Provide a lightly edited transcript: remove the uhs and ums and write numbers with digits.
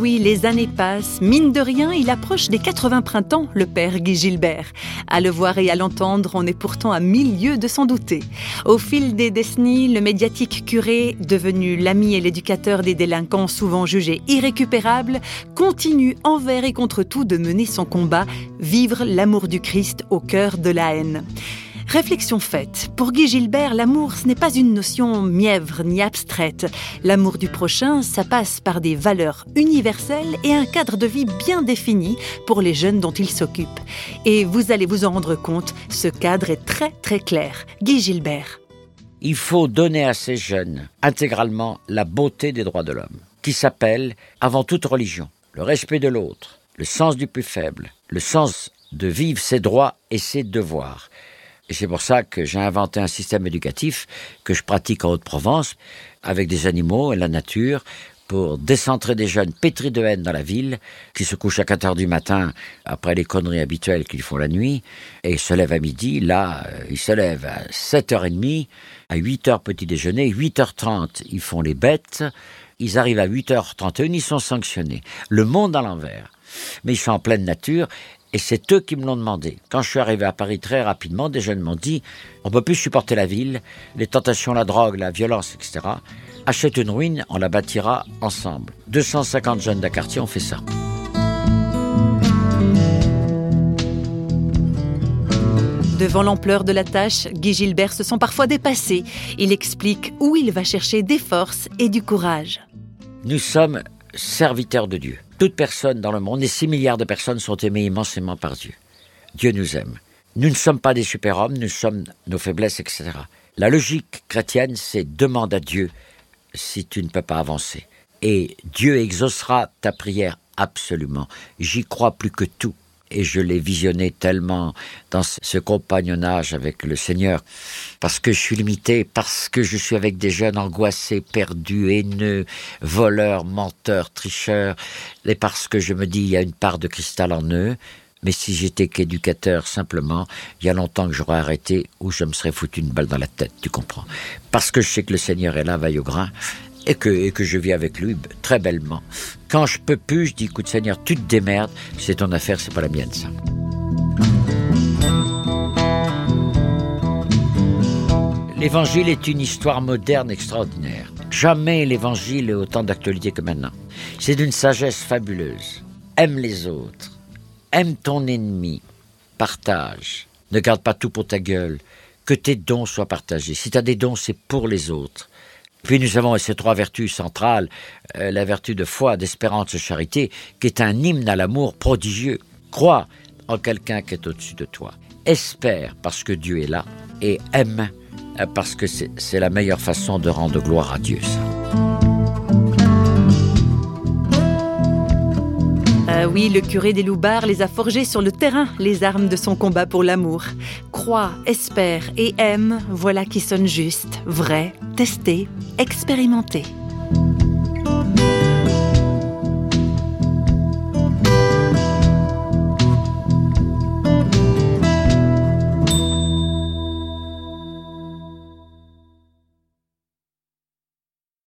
oui, les années passent. Mine de rien, il approche des 80 printemps, le père Guy Gilbert. À le voir et à l'entendre, on est pourtant à 1000 lieues de s'en douter. Au fil des décennies, le médiatique curé, devenu l'ami et l'éducateur des délinquants souvent jugés irrécupérables, continue envers et contre tout de mener son combat, vivre l'amour du Christ au cœur de la haine. Réflexion faite, pour Guy Gilbert, l'amour, ce n'est pas une notion mièvre ni abstraite. L'amour du prochain, ça passe par des valeurs universelles et un cadre de vie bien défini pour les jeunes dont il s'occupe. Et vous allez vous en rendre compte, ce cadre est très très clair. Guy Gilbert. Il faut donner à ces jeunes intégralement la beauté des droits de l'homme, qui s'appelle, avant toute religion, le respect de l'autre, le sens du plus faible, le sens de vivre ses droits et ses devoirs. Et c'est pour ça que j'ai inventé un système éducatif que je pratique en Haute-Provence avec des animaux et la nature pour décentrer des jeunes pétris de haine dans la ville qui se couchent à 4h du matin après les conneries habituelles qu'ils font la nuit et se lèvent à midi. Là, ils se lèvent à 7h30, à 8h petit déjeuner, 8h30 ils font les bêtes, ils arrivent à 8h31, ils sont sanctionnés. Le monde à l'envers. Mais ils sont en pleine nature. Et c'est eux qui me l'ont demandé. Quand je suis arrivé à Paris très rapidement, des jeunes m'ont dit « On ne peut plus supporter la ville, les tentations, la drogue, la violence, etc. Achète une ruine, on la bâtira ensemble. » 250 jeunes d'un quartier ont fait ça. Devant l'ampleur de la tâche, Guy Gilbert se sent parfois dépassé. Il explique où il va chercher des forces et du courage. Nous sommes serviteurs de Dieu. Toute personne dans le monde, et 6 milliards de personnes sont aimées immensément par Dieu. Dieu nous aime. Nous ne sommes pas des super-hommes, nous sommes nos faiblesses, etc. La logique chrétienne, c'est demande à Dieu si tu ne peux pas avancer. Et Dieu exaucera ta prière absolument. J'y crois plus que tout. Et je l'ai visionné tellement dans ce compagnonnage avec le Seigneur, parce que je suis limité, parce que je suis avec des jeunes angoissés, perdus, haineux, voleurs, menteurs, tricheurs, et parce que je me dis il y a une part de cristal en eux, mais si j'étais qu'éducateur simplement, il y a longtemps que j'aurais arrêté ou je me serais foutu une balle dans la tête, tu comprends. Parce que je sais que le Seigneur est là, veille au grain, et que je vis avec lui très bellement. Quand je peux plus, je dis, écoute Seigneur, tu te démerdes, c'est ton affaire, c'est pas la mienne ça. L'évangile est une histoire moderne extraordinaire. Jamais l'évangile est autant d'actualité que maintenant. C'est d'une sagesse fabuleuse. Aime les autres, aime ton ennemi, partage, ne garde pas tout pour ta gueule, que tes dons soient partagés. Si tu as des dons, c'est pour les autres. Puis nous avons ces 3 vertus centrales, la vertu de foi, d'espérance, de charité, qui est un hymne à l'amour prodigieux. Crois en quelqu'un qui est au-dessus de toi. Espère parce que Dieu est là et aime parce que c'est la meilleure façon de rendre gloire à Dieu, ça. Oui, le curé des Loubards les a forgés sur le terrain, les armes de son combat pour l'amour. Crois, espère et aime, voilà qui sonne juste, vrai, testé, expérimenté.